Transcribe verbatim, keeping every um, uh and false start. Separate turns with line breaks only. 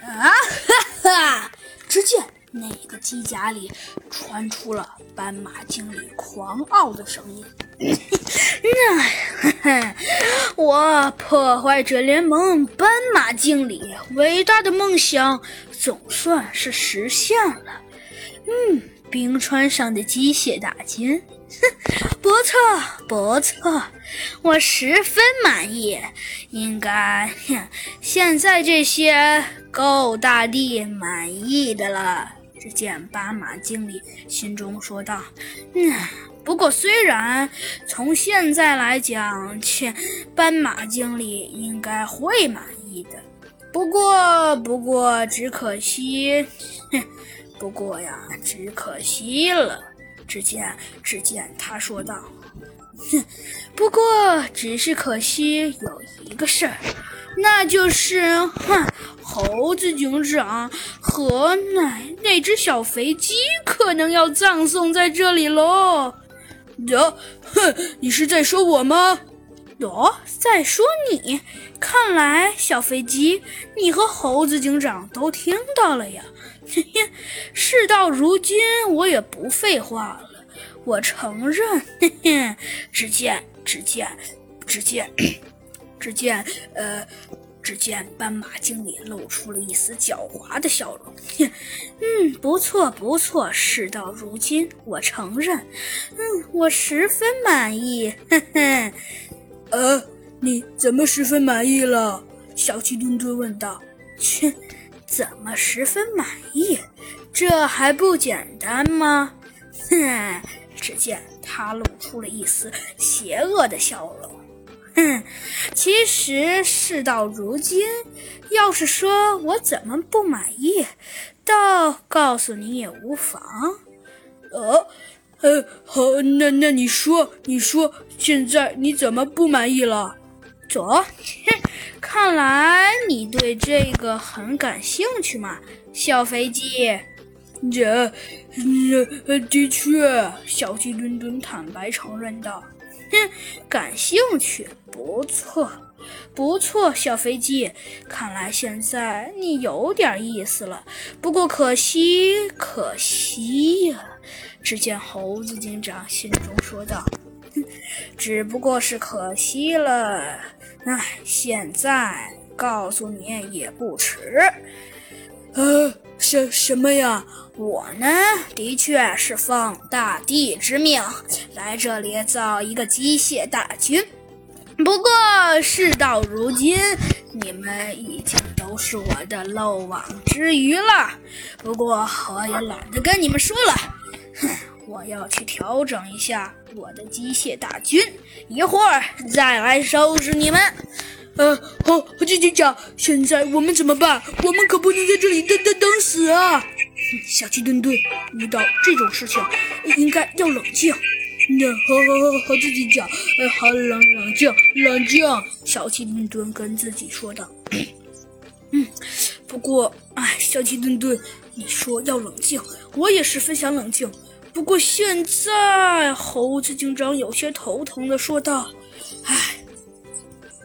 啊哈哈！只见那个机甲里传出了斑马经理狂傲的声音：“我破坏者联盟斑马经理伟大的梦想总算是实现了。嗯，冰川上的机械大军，不错不错，我十分满意。应该现在这些够大地满意的了。”只见斑马经理心中说道：“嗯，不过虽然从现在来讲，切，斑马经理应该会满意的。不过，不过只可惜，哼，不过呀，只可惜了。”只见，只见他说道：“哼，不过只是可惜有一个事儿。”那就是，哼，猴子警长和那那只小肥鸡可能要葬送在这里喽。哦，哼，你是在说我吗？哦，在说你。看来小肥鸡，你和猴子警长都听到了呀。嘿嘿，事到如今，我也不废话了，我承认。嘿嘿，只见，只见，只见。只见，呃，只见斑马经理露出了一丝狡猾的笑容。嗯，不错不错，事到如今，我承认，嗯，我十分满意。呵呵。呃，你怎么十分满意了？小鸡墩墩问道。切，怎么十分满意？这还不简单吗？哼，只见他露出了一丝邪恶的笑容。哼，其实事到如今，要是说我怎么不满意，倒告诉你也无妨。呃，呃，好，那那你说，你说，现在你怎么不满意了？走，看来你对这个很感兴趣嘛，小肥鸡。这，呃，的确，小鸡墩墩坦白承认道。哼，感兴趣，不错，不错，小飞机，看来现在你有点意思了。不过可惜，可惜呀、啊！只见猴子警长心中说道：“只不过是可惜了。哎，现在告诉你也不迟。”呃，什什么呀？我呢，的确是奉大地之命来这里造一个机械大军。不过事到如今，你们已经都是我的漏网之鱼了。不过我也懒得跟你们说了，哼，我要去调整一下我的机械大军，一会儿再来收拾你们。呃，好，警警长，现在我们怎么办？我们可不能在这里等等等死啊！小鸡墩墩，遇到这种事情应该要冷静。那好好好好，自己讲，呃，好冷冷静冷静。小鸡墩墩跟自己说道。嗯，不过，哎，小鸡墩墩，你说要冷静，我也十分想冷静。不过现在，猴子警长有些头疼的说道：“哎。”